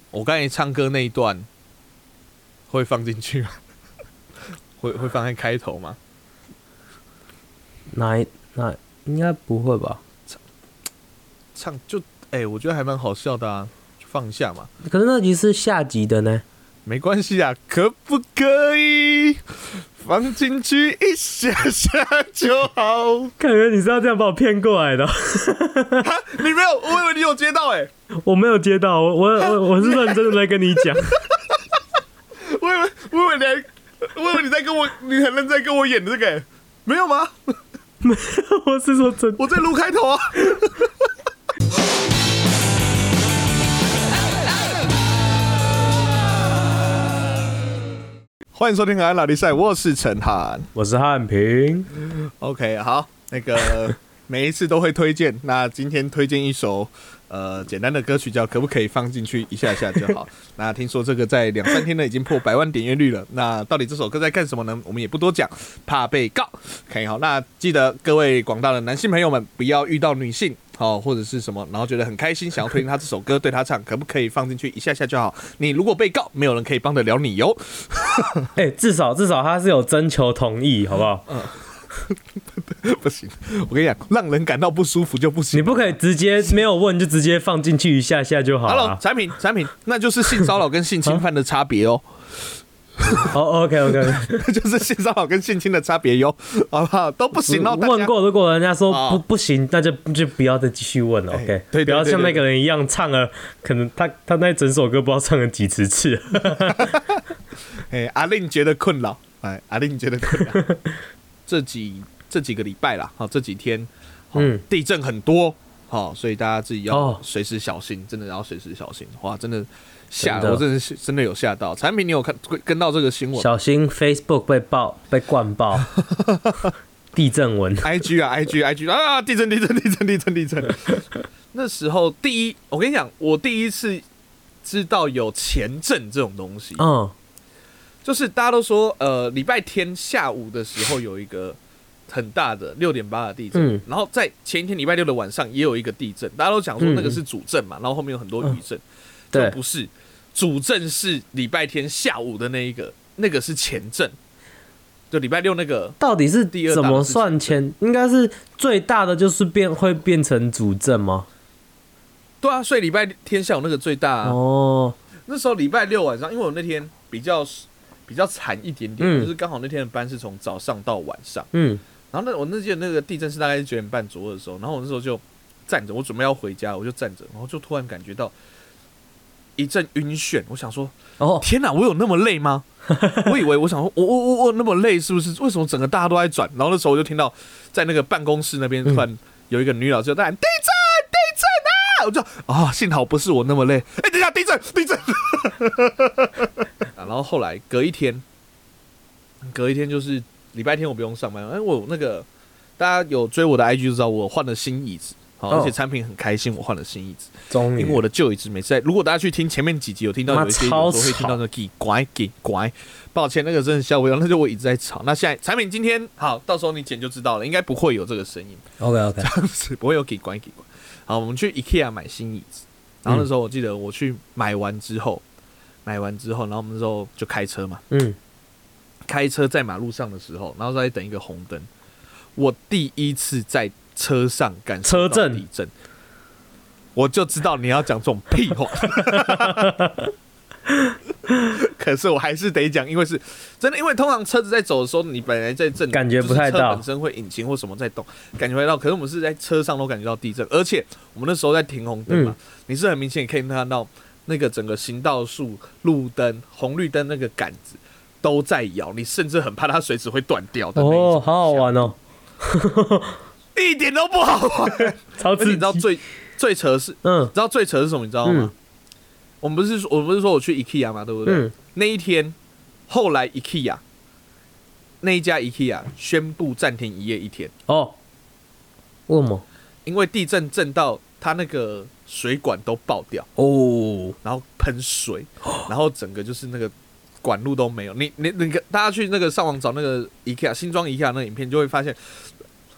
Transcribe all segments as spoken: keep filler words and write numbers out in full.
我刚才唱歌那一段会放进去吗？会会放在开头吗？ 哪一哪应该不会吧？ 唱唱就哎、欸，我觉得还蛮好笑的啊，就放一下嘛。 可是那集是下集的呢。 没关系啊，可不可以放进去一下下就好？ 感觉你是要这样把我骗过来的。 你没有，我以为你有接到哎、欸， 我没有接到，我我我我是认真的在跟你讲。 我以为我以为你还，我以为你在跟我，你很认真在跟我演这个、欸，没有吗？ 没有，我是说真的， 我在录开头啊。欢迎收听《海岸拉力赛》，我是陈汉， 我是汉平。 OK， 好，那个每一次都会推荐，那今天推荐一首呃简单的歌曲，叫可不可以放进去一下下就好。那听说这个在两三天呢已经破百万点阅率了。那到底这首歌在干什么呢？我们也不多讲，怕被告。OK， 好，那记得各位广大的男性朋友们，不要遇到女性。哦，或者是什么，然后觉得很开心，想要推荐他这首歌，对他唱，可不可以放进去一下下就好？你如果被告，没有人可以帮得了你哟。 哎、欸，至少至少他是有征求同意，好不好？ 嗯，不行，我跟你讲，让人感到不舒服就不行。 你不可以直接没有问就直接放进去一下下就好了。 Hello， 产品产品，那就是性骚扰跟性侵犯的差别哦。 哦 ，OK OK， 就是性骚扰跟性侵的差别哟，好不好？都不行哦。 问过，如果人家说不、 哦、 不行，那就就不要再继续问了。OK， 欸、对对对对对， 不要像那个人一样唱了，可能他他那整首歌不知道唱了几十次。 哎、欸，阿令觉得困扰，哎，阿令觉得困扰。这几这几个礼拜啦，好，这几天，嗯，地震很多，好，所以大家自己要随时小心，哦、真的要随时小心。哇，真的。吓！我真的是真的有吓到。产品，你有看跟到这个新闻？ 小心 Facebook 被爆被灌爆，地震文。 I G 啊 ，I G I G 啊，地震地震地震地震地震。那时候第一，我跟你讲，我第一次知道有前震这种东西。嗯，就是大家都说，呃，礼拜天下午的时候有一个很大的六点八的地震，嗯、然后在前一天礼拜六的晚上也有一个地震，大家都讲说那个是主震嘛，然后后面有很多余震。嗯这不是主震，是礼拜天下午的那一个，那个是前震。就礼拜六那个， 到底是怎么算前？应该是最大的就是变会变成主震吗？ 对啊，所以礼拜天下午那个最大啊。哦，那时候礼拜六晚上，因为我那天比较比较惨一点点，嗯、就是刚好那天的班是从早上到晚上。嗯，然后那我那记得那个地震是大概是九点半左右的时候，然后我那时候就站着，我准备要回家，我就站着，然后就突然感觉到。一阵晕眩，我想说，哦，天哪，我有那么累吗？我以为我想说，我我我我那么累，是不是？为什么整个大家都在转？然后那时候我就听到，在那个办公室那边突然有一个女老师就在喊地震，地震啊！我就啊、哦，幸好不是我那么累。哎、欸，等一下，地震，地震！然后后来隔一天，隔一天就是礼拜天，我不用上班，因为我那个大家有追我的 I G 就知道，我换了新椅子。好，而且产品很开心，我换了新椅子。终于，因为我的旧椅子每次在，如果大家去听前面几集，有听到有一些有时候会听到那个给拐给拐，抱歉，那个真的吓我一跳，那就我椅子在吵。那现在产品今天好，到时候你剪就知道了，应该不会有这个声音。 OK OK， 这样子不会有给拐给拐。好，我们去 IKEA 买新椅子，然后那时候我记得我去买完之后，买完之后，然后我们那时候就开车嘛，嗯，开车在马路上的时候，然后在等一个红灯，我第一次在。车上感受到地震，我就知道你要讲这种屁话。可是我还是得讲，因为是真的，因为通常车子在走的时候，你本来在震， 感觉不太到， 车本身会引擎或什么在动，感觉不太到。可是我们是在车上都感觉到地震，而且我们那时候在停红灯嘛，嗯、你是很明显可以看到那个整个行道树、路灯、红绿灯那个杆子都在摇，你甚至很怕它随时会断掉的那一种。 哦，好好玩哦。 一点都不好玩， 超刺激！ 你知道最最扯的是，嗯，知道最扯的是什么？你知道吗？嗯、我们不是说，我们不是说我去 IKEA 嘛，对不对？嗯、那一天，后来 IKEA 那一家 IKEA 宣布暂停营业一天。哦， 为什么？ 因为地震震到它那个水管都爆掉哦，然后喷水，然后整个就是那个管路都没有。你你你大家去那个上网找那个 IKEA 新庄 IKEA 那个影片，就会发现。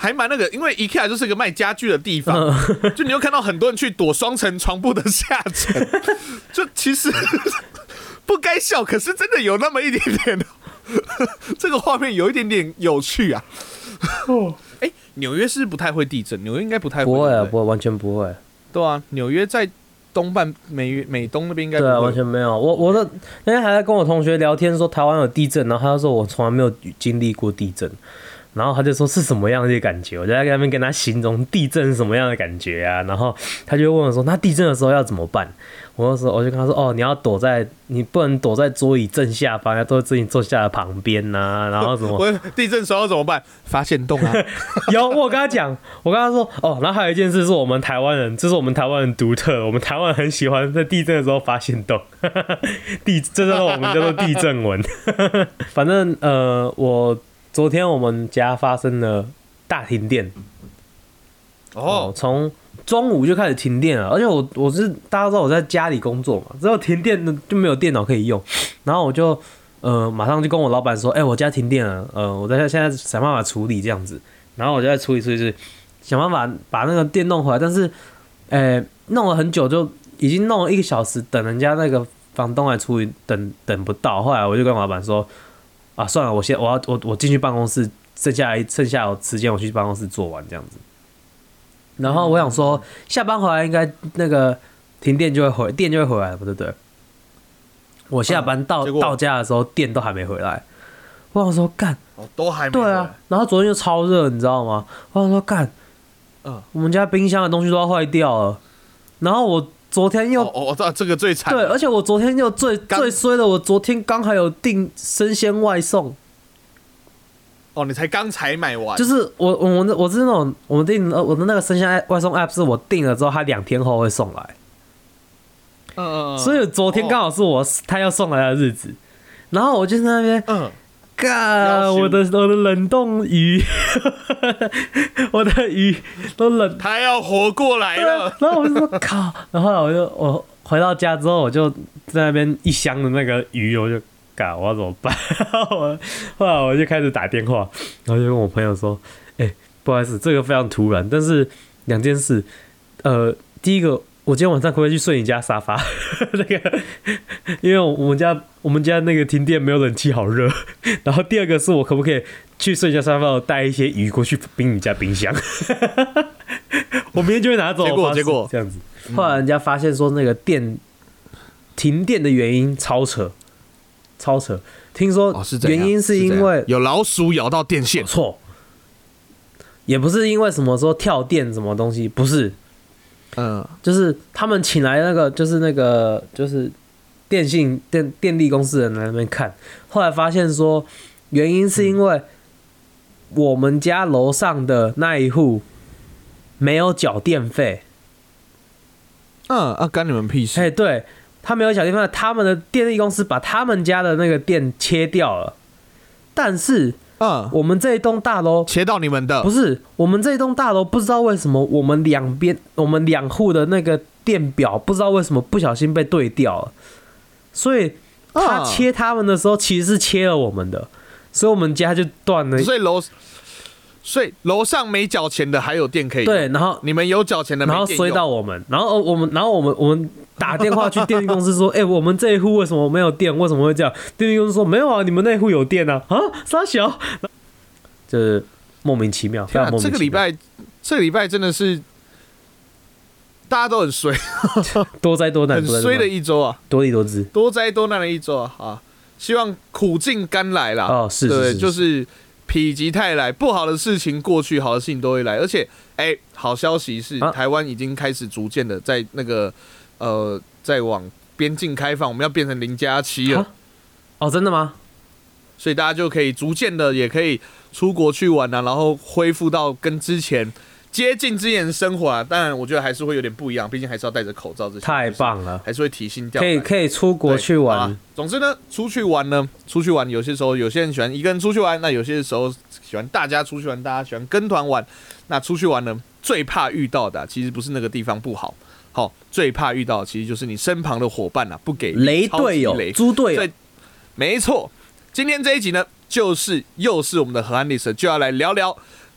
还蛮那个，因为 IKEA 就是个卖家具的地方，嗯、就你又看到很多人去躲双层床铺的下层，就其实不该笑，可是真的有那么一点点的，这个画面有一点点有趣啊。哎、欸，纽约是不太会地震，纽约应该不太会， 不会啊，不会，完全不会。 对啊，纽约在东半美美东那边应该不会。 对啊，完全没有。我我的那天还在跟我同学聊天说台湾有地震，然后他就说我从来没有经历过地震。然后他就说是什么样的感觉，我就在那边跟他形容地震是什么样的感觉啊，然后他就问我说那地震的时候要怎么办，我就说我就跟他说哦，你要躲在你不能躲在桌椅正下方，要躲在你坐下的旁边啊，然后什么我地震的时候怎么办，发现洞啊。 有我跟他讲，我跟他说哦，然后还有一件事是我们台湾人，这是我们台湾人独特，我们台湾人很喜欢在地震的时候发现洞。地这是我们叫做地震文。反正呃我昨天我们家发生了大停电，哦，从中午就开始停电了，而且我我是大家知道我在家里工作嘛，只有停电的就没有电脑可以用，然后我就呃马上就跟我老板说，哎、欸，我家停电了，呃，我在现在想办法处理这样子，然后我就在处理处理处理，想办法把那个电弄回来，但是，呃、欸，弄了很久，就已经弄了一个小时，等人家那个房东来处理，等等不到，后来我就跟我老板说。啊，算了，我先我要我我进去办公室，剩下剩下有时间我去办公室做完这样子。然后我想说，下班回来应该那个停电就会回，电就会回来了，对不对？我下班到、嗯、到家的时候，电都还没回来。我想说，干、 哦，都还没回来。 对啊，然后昨天就超热，你知道吗？我想说，干，嗯，我们家冰箱的东西都要坏掉了。然后我。昨天又哦哦，这个最惨。 对，而且我昨天又最最衰的，我昨天刚还有订生鲜外送。 哦，你才刚才买完。 就是我我我是那种我订我的那个生鲜外送 app 是我订了之后，它两天后会送来。嗯嗯嗯。所以昨天刚好是我他要送来的日子，然后我就在那边嗯。干！我的我的冷冻鱼，我的鱼都冷， 它要活过来了。 然后我就说靠，然后后来我就我回到家之后，我就在那边一箱的那个鱼，我就干，我要怎么办？我后来我就开始打电话，然后就跟我朋友说，哎、欸，不好意思，这个非常突然，但是两件事，呃，第一个。我今天晚上可不可以去睡你家沙发？那个，因为我们家我们家那个停电没有冷气，好热。然后第二个是我可不可以去睡你家沙发，我带一些鱼过去冰你家冰箱？我明天就会拿走。 结果结果这样子，后来人家发现说那个电停电的原因超扯，超扯。听说原因是因为有老鼠咬到电线， 错，也不是因为什么说跳电什么东西，不是。嗯，就是他们请来那个，就是那个，就是电信电电力公司的人来那边看，后来发现说，原因是因为我们家楼上的那一户没有缴电费。 嗯，啊，干你们屁事！ 哎，对，他没有缴电费，他们的电力公司把他们家的那个电切掉了，但是。嗯，我们这一栋大楼切到你们的不是我们这一栋大楼，不知道为什么我们两边我们两户的那个电表不知道为什么不小心被对掉了，所以他切他们的时候其实是切了我们的，所以我们家就断了。 所以楼所以楼上没缴钱的还有电可以用， 对，然后你们有缴钱的没电用， 然后衰到我们，然后我们然后我们我们打电话去电力公司说，哎、欸，我们这一户为什么没有电？为什么会这样？电力公司说没有啊，你们那一户有电啊，啊，傻小，这莫名其妙。 天啊，这个礼拜这个礼拜真的是大家都很衰， 多灾多难， 很衰的一周啊， 多利多姿， 多灾多难的一周啊啊！希望苦尽甘来啦。 哦，是是是是对，就是否极泰来，不好的事情过去，好的事情都会来。而且，哎、欸，好消息是，啊、台湾已经开始逐渐的在那个呃，在往边境开放，我们要变成零加七了。 哦，真的吗？ 所以大家就可以逐渐的，也可以出国去玩啊，然后恢复到跟之前接近之前的生活啊。当然，我觉得还是会有点不一样，毕竟还是要戴着口罩这些。 太棒了， 还是会提心吊胆。可以可以出国去玩。 总之呢，出去玩呢，出去玩有些时候有些人喜欢一个人出去玩，那有些时候喜欢大家出去玩，大家喜欢跟团玩。那出去玩呢，最怕遇到的、啊、其实不是那个地方不好，好、哦，最怕遇到的其实就是你身旁的伙伴啊不给力， 雷队友、猪队友。 没错，今天这一集呢，就是又是我们的河岸历史，就要来聊聊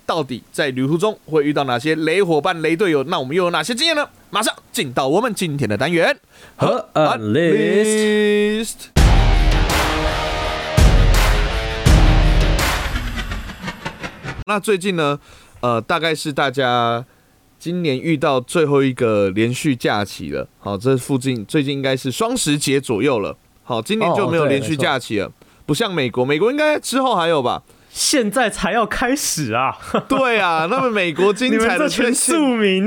到底在旅途中会遇到哪些雷伙伴、雷队友？那我们又有哪些经验呢？马上进到我们今天的单元和 Unlist。 那最近呢，呃，大概是大家今年遇到最后一个连续假期了。好，这附近最近应该是双十节左右了。好，今年就没有连续假期了，不像美国，美国应该之后还有吧？ 现在才要开始啊！ 对啊，那么美国精彩的全庶民，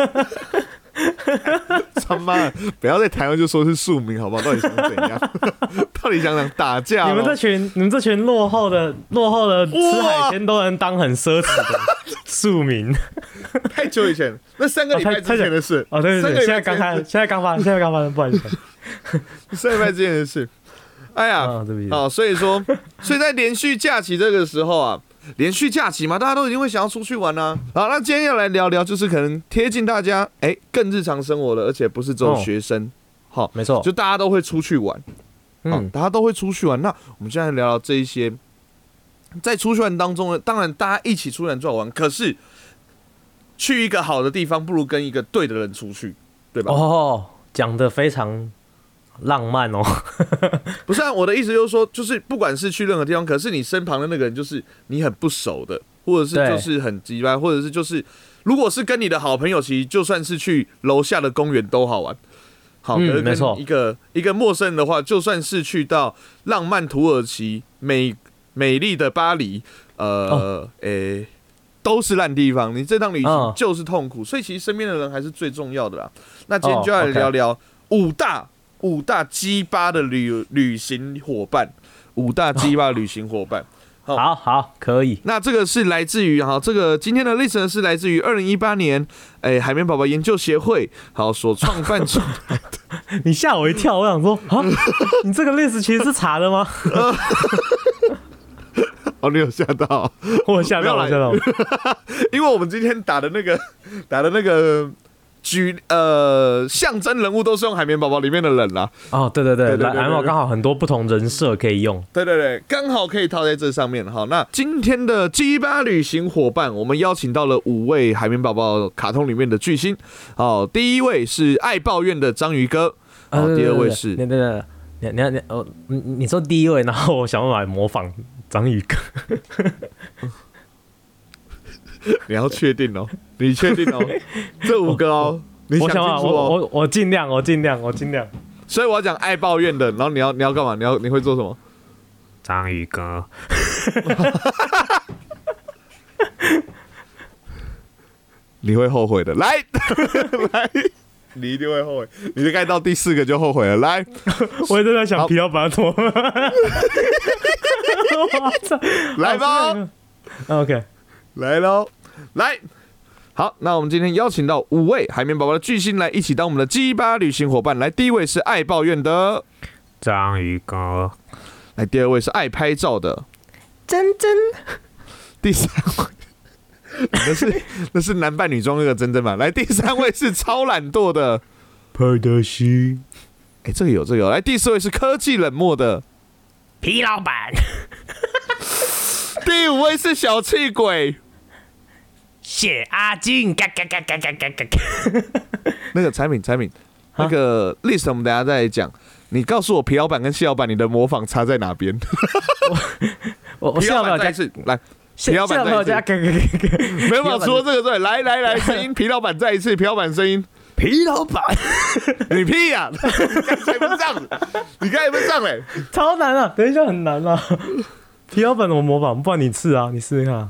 他妈不要在台湾就说是庶民好不好？到底想怎样？到底想想打架？ 你们这群你们这群落后的落后的吃海鲜都能当很奢侈的庶民。 太久以前，那三个礼拜之前的事哦，对对对，现在刚开，现在刚发，现在刚发生，不好意思， 三个礼拜之前的事。哎呀，好、哦，所以说，所以在连续假期这个时候啊，连续假期嘛，大家都一定会想要出去玩啊。好，那今天要来聊聊，就是可能贴近大家哎更日常生活的，而且不是只有学生，好、哦， 没错， 就大家都会出去玩，嗯、哦，大家都会出去玩。那我们现在聊聊这一些，在出去玩当中呢，当然大家一起出去玩最好玩，可是去一个好的地方，不如跟一个对的人出去，对吧？ 哦，讲得非常浪漫哦。 不是啊，我的意思就是说，就是不管是去任何地方，可是你身旁的那个人就是你很不熟的，或者是就是很鸡掰，或者是就是如果是跟你的好朋友，其实就算是去楼下的公园都好玩。好，可是跟一个、嗯、一个陌生人的话，就算是去到浪漫土耳其、美美丽的巴黎，呃，诶、哦欸，都是烂地方。你这趟旅行就是痛苦，哦、所以其实身边的人还是最重要的啦。那今天就要来聊聊五大。哦 okay五大鸡巴的旅旅行伙伴，五大鸡巴旅行伙伴， 好，好，好，可以。 那这个是来自于哈，这个今天的 list 是来自于二零一八年，哎、欸，海绵宝宝研究协会好所创办出来的。 你吓我一跳，我想说啊，你这个 list 其实是查的吗？ 哦，你有吓到？ 我吓到，我吓到。 因为我们今天打的那个打的那个。举呃象征人物都是用海绵宝宝里面的人啦。 哦，对对对，海绵宝宝刚好很多不同人设可以用。 对对对，刚好可以套在这上面。好，那今天的鸡巴旅行伙伴，我们邀请到了五位海绵宝宝卡通里面的巨星。好，第一位是爱抱怨的章鱼哥。好，呃、第二位是…… 对对对，你你你哦，你你说第一位，然后我想办法模仿章鱼哥。 你要确定哦，你确定哦，这五个哦，你想清楚哦。 我我我尽量，我尽量，我尽量。 所以我要讲爱抱怨的，然后你要你要干嘛？你要你会做什么？ 章鱼哥， 你会后悔的。来来，你一定会后悔，你大概到第四个就后悔了。来， 我也在想皮老板脱。 来吧 ，OK。 来喽，来，好，那我们今天邀请到五位海绵宝宝的巨星来一起当我们的鸡巴旅行伙伴。来，第一位是爱抱怨的章鱼哥， 来，第二位是爱拍照的珍珍， 第三位那是那是男扮女装那个珍珍嘛？来，第三位是超懒惰的派德西， 哎、欸，这个有这个有。来，第四位是科技冷漠的皮老板。 第五位是小气鬼， 谢阿金，嘎嘎嘎嘎嘎嘎嘎。 那个产品产品，那个 list 我们等一下再讲。你告诉我皮老板跟谢老板，你的模仿差在哪边？ 我我皮老板再一次来，皮老板再一次，没有除了这个对，来来来，声音，皮老板再一次，皮老板声音， 皮老板， 你屁呀、啊！刚才不是这样，你刚才不是这样嘞， 超难啊！等一下很难啊。皮老板怎么模仿？不然你试啊，你试试看、啊。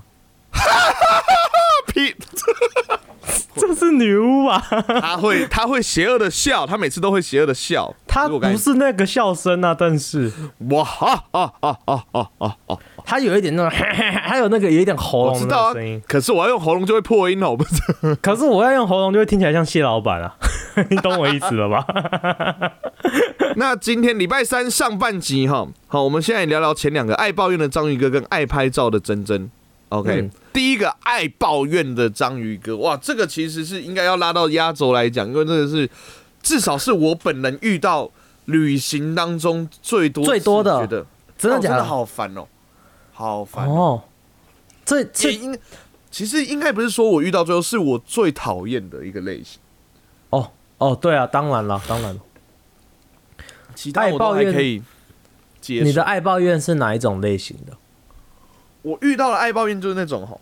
皮， 这是女巫啊！ 他会，他会邪恶的笑，他每次都会邪恶的笑。 他不是那个笑声啊，但是哇哈啊啊啊啊啊啊！ 他有一点那种，还有那个有一点喉咙的声音、啊。 可是我要用喉咙就会破音哦，不是？ 可是我要用喉咙就会听起来像谢老板啊，你懂我意思了吧？ 那今天礼拜三上半集哈，好，我们现在聊聊前两个爱抱怨的章鱼哥跟爱拍照的珍珍。OK，、嗯、第一个爱抱怨的章鱼哥，哇，这个其实是应该要拉到压轴来讲，因为这个是至少是我本人遇到旅行当中最多最多的， 觉得真的假的？ 哦、真的好烦哦，好烦哦。这这其实应该不是说我遇到最后，是我最讨厌的一个类型。 哦哦，对啊，当然了，当然了。 其他我都还可以接受。 你的爱抱怨是哪一种类型的？ 我遇到的爱抱怨就是那种吼，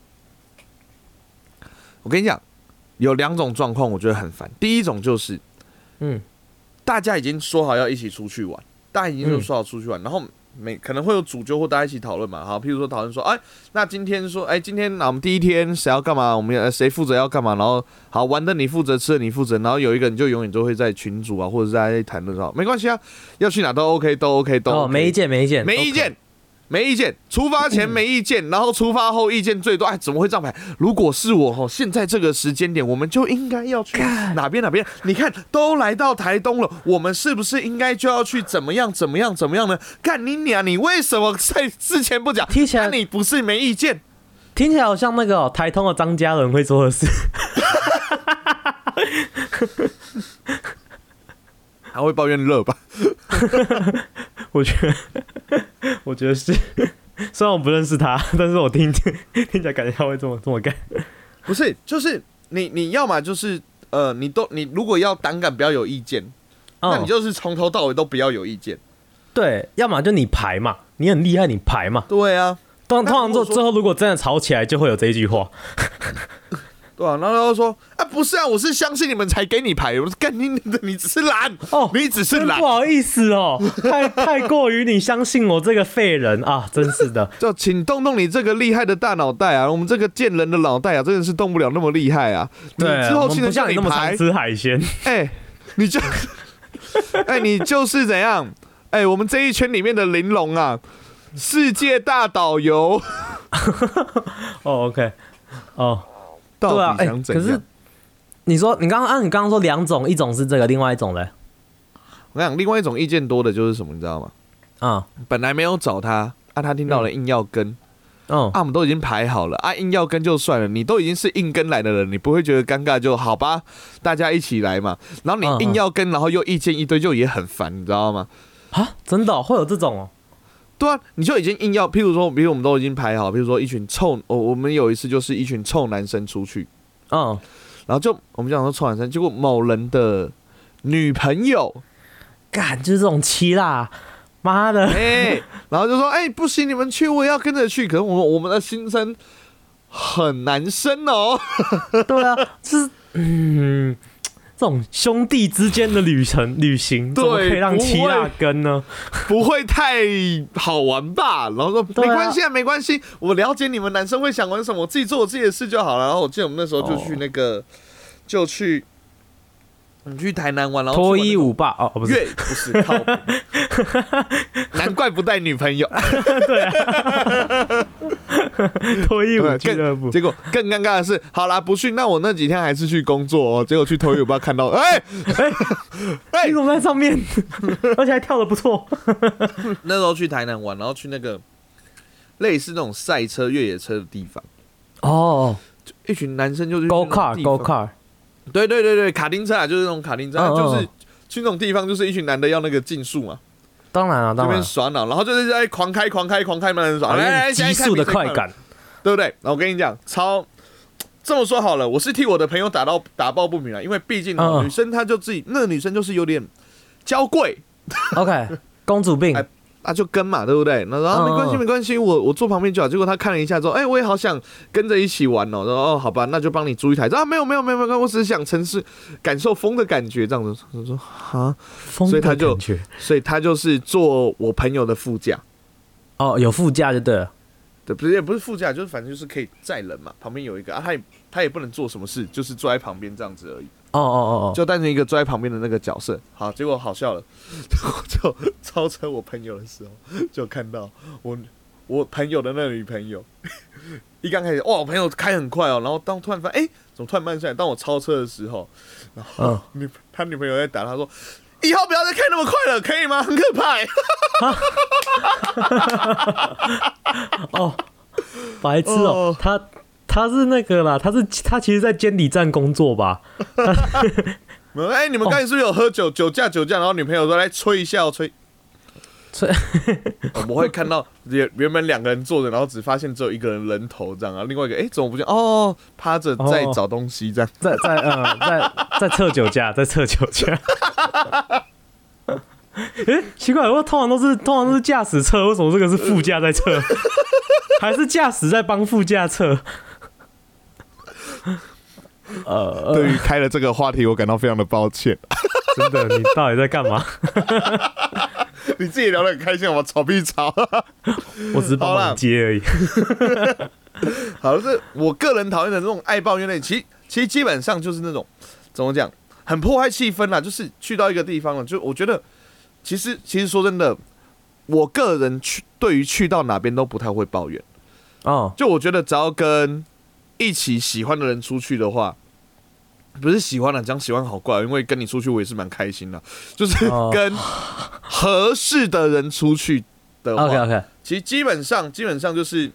我跟你讲，有两种状况我觉得很烦。第一种就是，嗯，大家已经说好要一起出去玩，大家已经说好出去玩，嗯、然后。每可能会有主揪或大家一起讨论嘛，好，譬如说讨论说，哎，那今天说，哎，今天那我们第一天谁要干嘛？我们谁负责要干嘛？然后好玩的你负责，吃的你负责，然后有一个人就永远都会在群组啊，或者是在谈论说，没关系啊，要去哪都 OK， 都 OK， 都 OK， 哦，没意见，没意见， 没意见。没意见，出发前没意见，然后出发后意见最多。哎，怎么会这样排？如果是我吼，现在这个时间点，我们就应该要去哪边哪边？你看，都来到台东了，我们是不是应该就要去怎么样怎么样怎么样呢？干你娘！你为什么在之前不讲？ 听起来你不是没意见， 听起来好像那个、哦、台通的张家人会做的事。 他会抱怨热吧？ 我觉得，我觉得是。虽然我不认识他，但是我听听听起来感觉他会这么这么干。 不是，就是你你要嘛就是呃，你都你如果要胆敢不要有意见，哦、那你就是从头到尾都不要有意见。 对，要么就你排嘛，你很厉害，你排嘛。 对啊， 通通常最后如果真的吵起来，就会有这一句话。 对啊，然后他说啊，不是啊，我是相信你们才给你排，我说干你的，你只是懒哦，你只是懒， 不好意思哦，太太过于你相信我这个废人啊，真是的， 就请动动你这个厉害的大脑袋啊，我们这个贱人的脑袋啊，真的是动不了那么厉害啊， 对啊， 你之后现在叫你那么常吃海鲜， 哎、欸，你就，哎、欸，你就是怎样，哎、欸，我们这一圈里面的玲珑啊，世界大导游， 哦 ，OK， 哦。 到底想怎样？ 可是你说你刚刚啊，你刚刚说两种，一种是这个，另外一种嘞？ 我跟你讲，另外一种意见多的就是什么，你知道吗？啊、嗯，本来没有找他，啊，他听到了硬要跟，嗯，啊，我们都已经排好了，啊，硬要跟就算了，你都已经是硬跟来的人，你不会觉得尴尬就好吧？大家一起来嘛，然后你硬要跟，然后又意见一堆，就也很烦，你知道吗？ 啊，真的、哦、会有这种哦？ 对啊，你就已经硬要，譬如说，比如我们都已经排好，譬如说一群臭，哦，我们有一次就是一群臭男生出去，嗯，然后就我们讲说臭男生，结果某人的女朋友， 干就是这种七啦，妈的， 哎、欸，然后就说，哎、欸，不行，你们去，我也要跟着去，可是我们我们的心声很难生哦， 对啊，就是嗯。这种兄弟之间的旅程旅行，怎么可以让七辣跟呢？ 不会太好玩吧？然后说没关系啊，没关系，我了解你们男生会想玩什么，我自己做我自己的事就好了。然后我记得我们那时候就去那个，哦、就去，我们去台南玩，然后脱衣舞吧？哦，不是， 不是，靠，难怪不带女朋友。 对啊。脱衣舞俱乐部， 结果更尴尬的是，好啦，不去，那我那几天还是去工作哦。结果去脱衣舞吧，看到，哎哎哎，你怎么在上面？而且还跳得不错。 那时候去台南玩，然后去那个类似那种赛车、越野车的地方。哦，就一群男生就是 go car go car， 对对对对，卡丁车啊，就是那种卡丁车，嗯、就是去那种地方，就是一群男的要那个竞速嘛。 当然了、啊，当然。这边耍脑，然后就是在狂开、狂开、狂开，慢慢耍， 来来，极速的快感， 对不对？然后我跟你讲，超这么说好了，我是替我的朋友打到打抱不平了，因为毕竟、嗯、女生她就自己，那个女生就是有点娇贵 ，OK， 公主病。 哎啊，就跟嘛，对不对？那然后没关系，没关系，我我坐旁边就好。结果他看了一下之后，哎、欸，我也好想跟着一起玩哦。然后哦，好吧，那就帮你租一台。啊，没有没有没有没有，我只是想城市感受风的感觉，这样子。我说啊， 风的感觉，所以他就， 所以他就是坐我朋友的副驾。 哦，有副驾就对了。 对，不是也不是副驾，就是反正就是可以载人嘛，旁边有一个啊，他也他也不能做什么事，就是坐在旁边这样子而已。 哦哦哦哦， 就单纯一个坐在旁边的那个角色。好，结果好笑了，我就超车我朋友的时候，就看到我我朋友的那个女朋友，一刚开始哇，我朋友开很快哦，然后当突然发现，哎、欸，怎么突然慢下来？当我超车的时候，然后女、嗯、他女朋友在打他说，以后不要再开那么快了，可以吗？很可怕、欸。 哦，白痴哦，哦他。他是那个啦，他是他其实，在监理站工作吧。哎、 欸，你们刚才是不是有喝酒、酒驾、酒驾？然后女朋友说来吹一下，吹我们会看到原原本两个人坐着，然后只发现只有一个人人头这样啊，另外一个哎、欸、怎么不见？哦，趴着在找东西这样， 在在嗯在在测酒驾，在测酒驾。哎、欸，奇怪，我通常都是通常都是驾驶测，为什么这个是副驾在测？还是驾驶在帮副驾测？ 呃，对于开了这个话题，我感到非常的抱歉。 真的，你到底在干嘛？ 你自己聊得很开心，我吵屁吵。 我只是帮忙接而已。 好，是我个人讨厌的那种爱抱怨类，其其实基本上就是那种怎么讲，很破坏气氛啦。就是去到一个地方了，就我觉得，其实其实说真的，我个人去对于去到哪边都不太会抱怨。哦，就我觉得只要跟一起喜欢的人出去的话。不是喜欢了，讲喜欢好怪，因为跟你出去我也是蛮开心的。就是跟合适的人出去的话 ，OK OK， 其实基本上基本上就是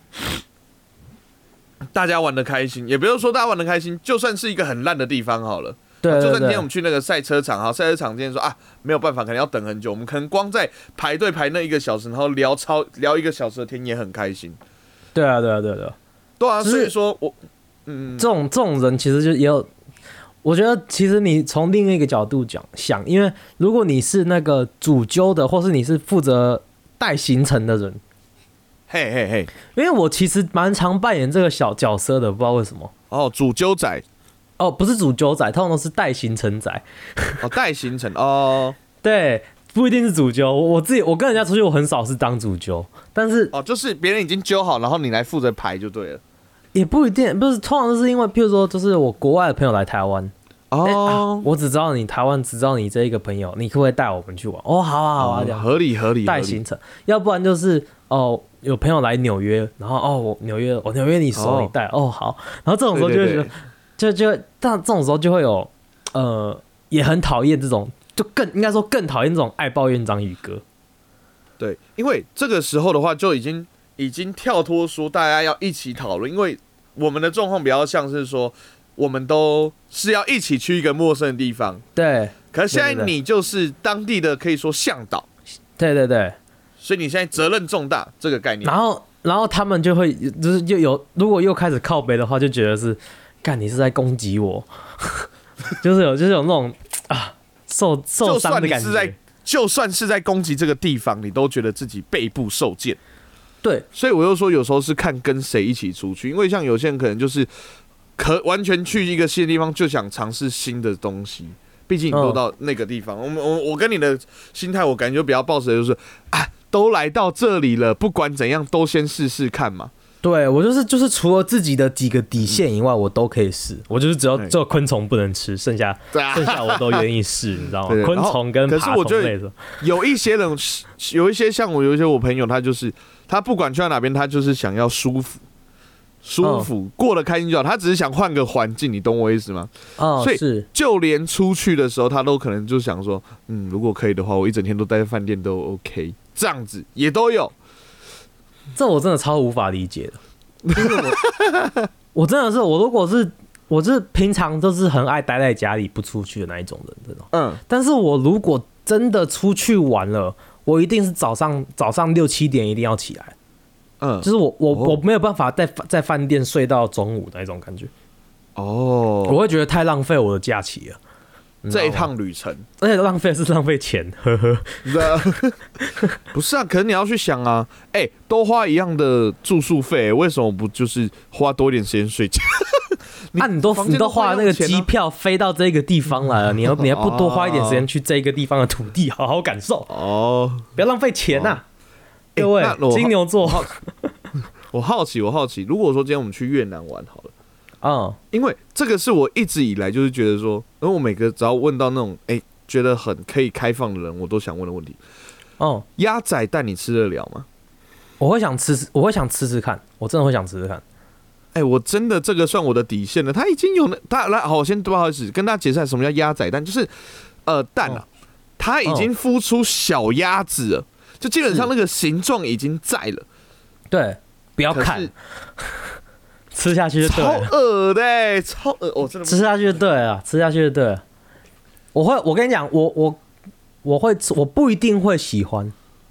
大家玩的开心，也不用说大家玩的开心，就算是一个很烂的地方好了。 对， 就算今天我们去那个赛车场，好，赛车场今天说啊没有办法，可能要等很久，我们可能光在排队排那一个小时，然后聊超聊一个小时的天也很开心。 对啊，对啊，对啊，对啊， 对啊，所以说我嗯， 这种这种人其实就也有。我觉得其实你从另一个角度讲想，因为如果你是那个主揪的，或是你是负责带行程的人， 嘿嘿嘿， 因为我其实蛮常扮演这个小角色的，不知道为什么。 哦，主揪仔， 哦，不是主揪仔，通常都是带行程仔。 哦，带行程哦， 对，不一定是主揪。我自己我跟人家出去，我很少是当主揪，但是哦，就是别人已经揪好，然后你来负责排就对了。 也不一定，不是，通常是因为，譬如说，就是我国外的朋友来台湾，哦、欸啊，我只知道你台湾，只知道你这一个朋友，你可不可以带我们去玩？哦，好啊，好啊，这样、 哦、合理合理， 带行程，要不然就是哦，有朋友来纽约，然后哦，我纽约，我纽约你熟，你带，哦好，然后这种时候就会觉得，就就但这种时候就会有，呃，也很讨厌这种，就更应该说更讨厌这种爱抱怨章鱼哥。 对，因为这个时候的话，就已经。已经跳脱说大家要一起讨论，因为我们的状况比较像是说，我们都是要一起去一个陌生的地方。 对。 可是现在你就是当地的可以说向导。 对对对。 所以你现在责任重大这个概念。 然后，然后他们就会就是又有，如果又开始靠北的话，就觉得是，干你是在攻击我，就是有就是有那种啊受受伤的感觉。就算你是在， 就算是在攻击这个地方，你都觉得自己背部受剑。 对， 所以我又说，有时候是看跟谁一起出去，因为像有些人可能就是可完全去一个新的地方就想尝试新的东西，毕竟你都到那个地方。我们我我跟你的心态，我感觉就比较抱持的就是啊，都来到这里了，不管怎样都先试试看嘛。 对我就是就是除了自己的几个底线以外，我都可以试。我就是只要只有昆虫不能吃，剩下剩下我都愿意试，你知道吗？昆虫跟爬虫类的。 有一些人，有一些像我，有一些我朋友，他就是他不管去到哪边，他就是想要舒服，舒服、嗯、过得开心就好。他只是想换个环境，你懂我意思吗？ 哦， 所以就连出去的时候，他都可能就想说，嗯，如果可以的话，我一整天都待在饭店都 OK， 这样子也都有。 这我真的超无法理解的，因为我我真的是我如果是我是平常都是很爱待在家里不出去的那一种人，这种，嗯，但是我如果真的出去玩了，我一定是早上早上六七点一定要起来，嗯，就是我我、哦、我没有办法在在饭店睡到中午那种感觉，哦，我会觉得太浪费我的假期了。 这一趟旅程， 而且浪费是浪费钱，呵呵。 不是啊，可是你要去想啊，哎、欸，都花一样的住宿费，为什么不就是花多一点时间睡觉？ 啊，你都你都花那个机票飞到这个地方来了，你要你还不多花一点时间去这个地方的土地好好感受哦？不要浪费钱呐、啊，各位、欸、金牛座。 我好奇，我好奇，如果说今天我们去越南玩好了。嗯，因为这个是我一直以来就是觉得说，因为我每个只要问到那种哎、欸、觉得很可以开放的人，我都想问的问题。哦，鸭仔蛋你吃得了吗？ 我会想吃，我会想吃吃看，我真的会想吃吃看。 哎、欸，我真的这个算我的底线了。他已经有那他来，好，我先不好意思跟大家解释什么叫鸭仔蛋，就是呃蛋啊，它已经孵出小鸭子了，就基本上那个形状已经在了。 对，不要看。吃下去就对了， 超恶的、欸，超恶！我、哦、真的吃下去就对了，吃下去就对了。我会，我跟你讲，我我我会吃，我不一定会喜欢，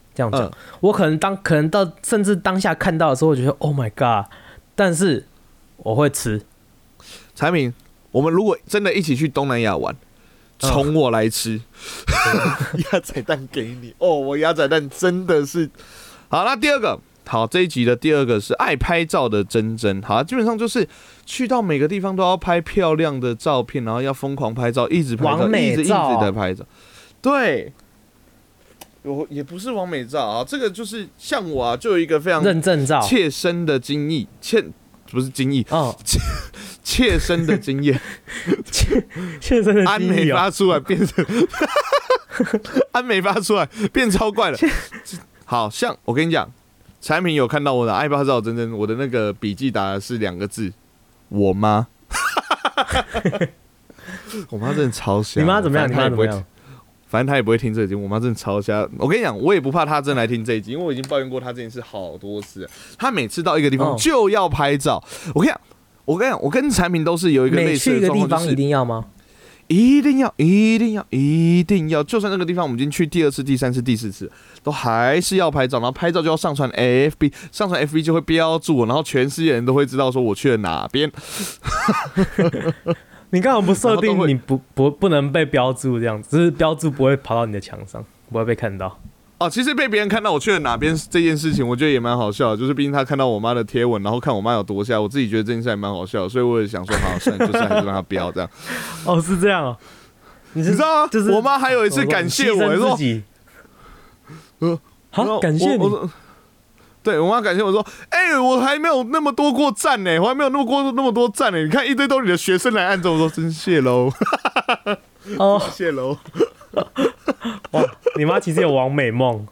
这样讲，嗯、我可能当可能到甚至当下看到的时候，我觉得 Oh my God， 但是我会吃。 柴明，我们如果真的一起去东南亚玩，从我来吃，鸭仔蛋给你哦，我鸭仔蛋真的是好。那第二个。好，这一集的第二个是爱拍照的珍珍。好，基本上就是去到每个地方都要拍漂亮的照片，然后要疯狂拍照，一直拍照，一直一直的拍照。对，我也不是完美照啊，这个就是像我啊，就有一个非常认证照、 切身的经验，切不是经验哦，切切身的经验， 切切身的经验、哦。 安美发出来变成，安美发出来变超怪了。好像我跟你讲。产品有看到我的爱拍照真真，我的那个笔记打的是两个字，我妈。我妈真的超瞎。 你妈怎么样？你妈怎么样？ 反正她也不会听这集。我妈真的超瞎。我跟你讲，我也不怕她真来听这一集，因为我已经抱怨过她这件事好多次了。她每次到一个地方就要拍照。哦、我跟你讲，我跟你讲，我跟产品都是有一个类似的状况， 每去一个地方一定要吗？ 一定要，一定要，一定要！就算那个地方我们已经去第二次、第三次、第四次，都还是要拍照。然后拍照就要上传 F B， 上传 F B 就会标注我，然后全世界人都会知道说我去了哪边。 你刚好不设定你不不不能被标注这样子，就是标注不会跑到你的墙上，不会被看到。 哦，其实被别人看到我去了哪边这件事情，我觉得也蛮好笑的。就是毕竟他看到我妈的贴文，然后看我妈有多下，我自己觉得这件事还蛮好笑的，所以我也想说，好，算了，就是还是让他不要这样。 哦，是这样哦。 你知道吗？就是我妈还有一次感谢我，说， 呃，好，感谢你。 对我妈感谢我说，哎、欸，我还没有那么多过赞呢，我还没有那么过那么多赞呢。你看一堆都是你的学生来按着我说，真谢喽。哦，谢喽。 哇，你妈其实有完美梦。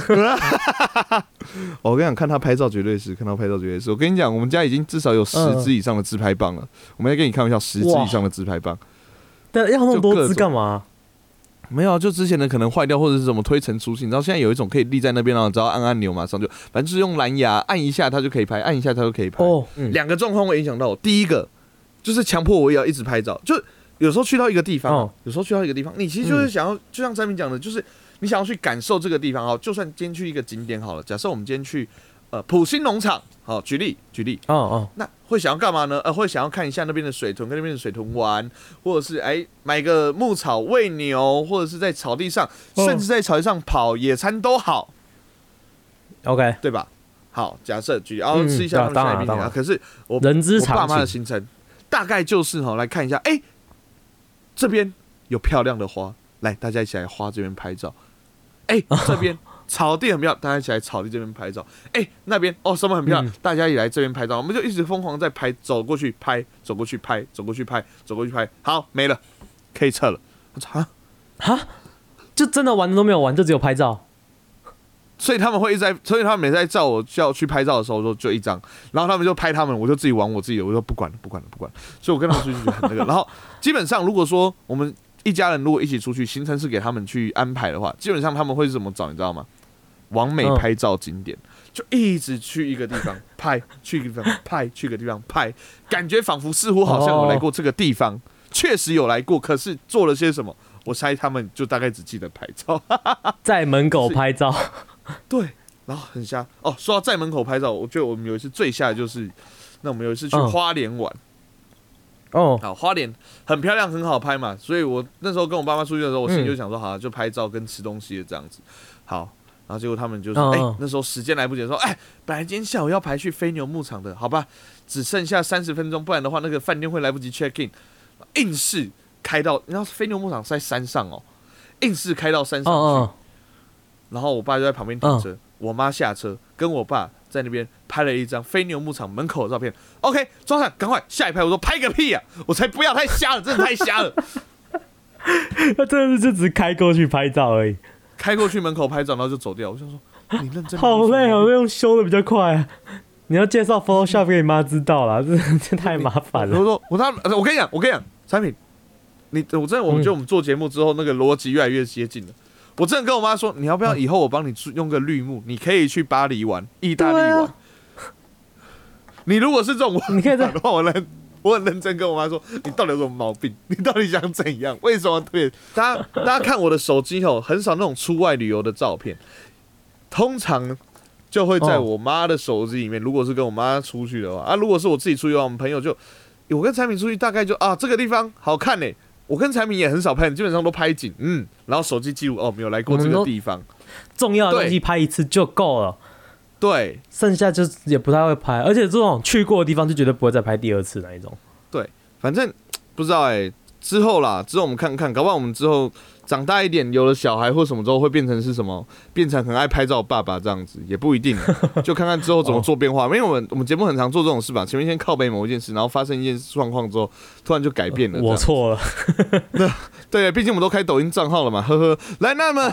我跟你讲，看她拍照绝对是，看她拍照绝对是。我跟你讲，我们家已经至少有十支以上的自拍棒了。嗯、我们要跟你开玩笑，十支以上的自拍棒。 但要那么多支干嘛？ 没有啊，就之前的可能坏掉或者是什么推陈出新，你知道现在有一种可以立在那边，然后只要按按钮马上就，反正就是用蓝牙按一下它就可以拍，按一下它就可以拍。哦，两、嗯、个状况会影响到我。第一个就是强迫我也要一直拍照，就有时候去到一个地方，哦、有时候去到一个地方，你其实就是想要，嗯、就像詹明讲的，就是你想要去感受这个地方哦。就算今天去一个景点好了，假设我们今天去呃埔心农场，好，举例举例，哦哦，那会想要干嘛呢？呃，会想要看一下那边的水豚，跟那边的水豚玩，或者是哎、欸、买个牧草喂牛，或者是在草地上，哦、甚至在草地上跑野餐都好。OK， 对吧？好，假设举例，然后吃一下他们下一冰啊。可是我人之常情， 我爸妈的行程大概就是哈，来看一下，哎、欸，这边有漂亮的花，来大家一起来花这边拍照。哎、欸，这边。草地很漂亮，大家一起来草地这边拍照。哎、欸，那边哦，什么很漂亮，嗯、大家一起来这边拍照。我们就一直疯狂在拍，走过去拍，走过去拍，走过去拍，走过去拍。好，没了，可以撤了。啊啊，就真的玩的都没有玩，就只有拍照。 所以他们会一直在，所以他们每次在叫我叫我去拍照的时候，说就一张，然后他们就拍他们，我就自己玩我自己的，我说不管了，不管了，不管了。所以我跟他们出去就很那个。然后基本上，如果说我们一家人如果一起出去，行程是给他们去安排的话，基本上他们会是怎么找，你知道吗？完美拍照景点，嗯、就一直去一个地方拍，去一个地方拍，去一个地方拍，感觉仿佛似乎好像有来过这个地方，确、哦、实有来过，可是做了些什么？我猜他们就大概只记得拍照， 在门口拍照， 对，然后很瞎哦。说到在门口拍照，我觉得我们有一次最瞎的就是，那我们有一次去花莲玩。嗯哦，好，花莲很漂亮，很好拍嘛，所以我那时候跟我爸妈出去的时候，我心里就想说，好，就拍照跟吃东西的这样子，好。然后结果他们就说：“哎、欸，那时候时间来不及，说哎，本来今天下午要排去飞牛牧场的，好吧，只剩下三十分钟，不然的话那个饭店会来不及 check in。硬是开到，然后飞牛牧场是在山上哦，硬是开到山上去。哦哦然后我爸就在旁边停车，哦、我妈下车，跟我爸在那边拍了一张飞牛牧场门口的照片。OK， 装上，赶快下一拍。我说拍个屁呀、啊！我才不要，太瞎了，真的太瞎了。 他真的是就只开过去拍照而已。” 开过去门口拍照，然后就走掉。我想说，你认真好累，好累，用修的比较快、啊。你要介绍 Photoshop 给你妈知道啦，这这太麻烦了。 我说，我他，我跟你讲，我跟你讲，产品，你我真的，我觉得我们做节目之后，那个逻辑越来越接近了。我真的跟我妈说，你要不要以后我帮你用个绿幕，你可以去巴黎玩，意大利玩。啊、你如果是这种玩法的话，我来。我很认真跟我妈说：“你到底有什么毛病？你到底想怎样？为什么特别？大家大家看我的手机哦，很少那种出外旅游的照片。 通常就会在我妈的手机里面。如果是跟我妈出去的话，啊，如果是我自己出去的话，我们朋友就，我跟产品出去大概就啊，这个地方好看呢、欸。我跟产品也很少拍，基本上都拍景，嗯，然后手机记录哦，没有来过这个地方， 重要的东西拍一次就够了。 对， 剩下就也不太会拍，而且这种去过的地方就绝对不会再拍第二次那一种。 对，反正不知道哎、欸，之后啦，之后我们看看，搞不好我们之后长大一点，有了小孩或什么之后，会变成是什么？变成很爱拍照的爸爸这样子，也不一定，就看看之后怎么做变化。因为我们我们节目很常做这种事吧，前面先靠北某一件事，然后发生一件状况之后，突然就改变了。 我错了。 对，毕竟我们都开抖音账号了嘛，呵呵。来，那么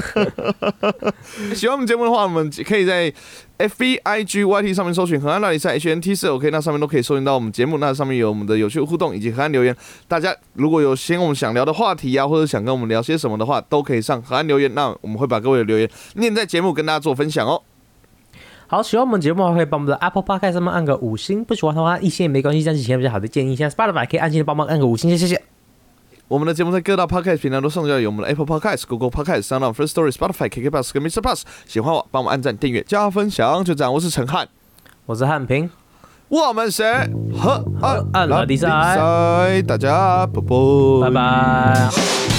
喜欢我们节目的话，我们可以在 F B、I G、Y T 上面搜寻河岸拉力赛 H N T 四 OK， 那上面都可以收听到我们节目。那上面有我们的有趣互动以及河岸留言。大家如果有些我们想聊的话题啊，或者想跟我们聊些什么的话，都可以上河岸留言。那我们会把各位的留言念在节目跟大家做分享哦。 好，喜欢我们节目的话，可以帮我们的 Apple Podcast 上面按个五星；不喜欢的话，一星也没关系，这样是其他比较好的建议。现在 Spotify 可以按心的帮忙按个五星，谢谢。 我们的节目在各大 Podcast 平台都上架，有我们的 Apple Podcast、Google Podcast、SoundOn、First Story、Spotify、K K Bus 跟 Mister Bus。喜欢我，帮我们按赞、订阅、加分享。就这样，我是陈汉， 我是汉平， 我们是河岸拉力赛， 大家拜拜， 拜拜。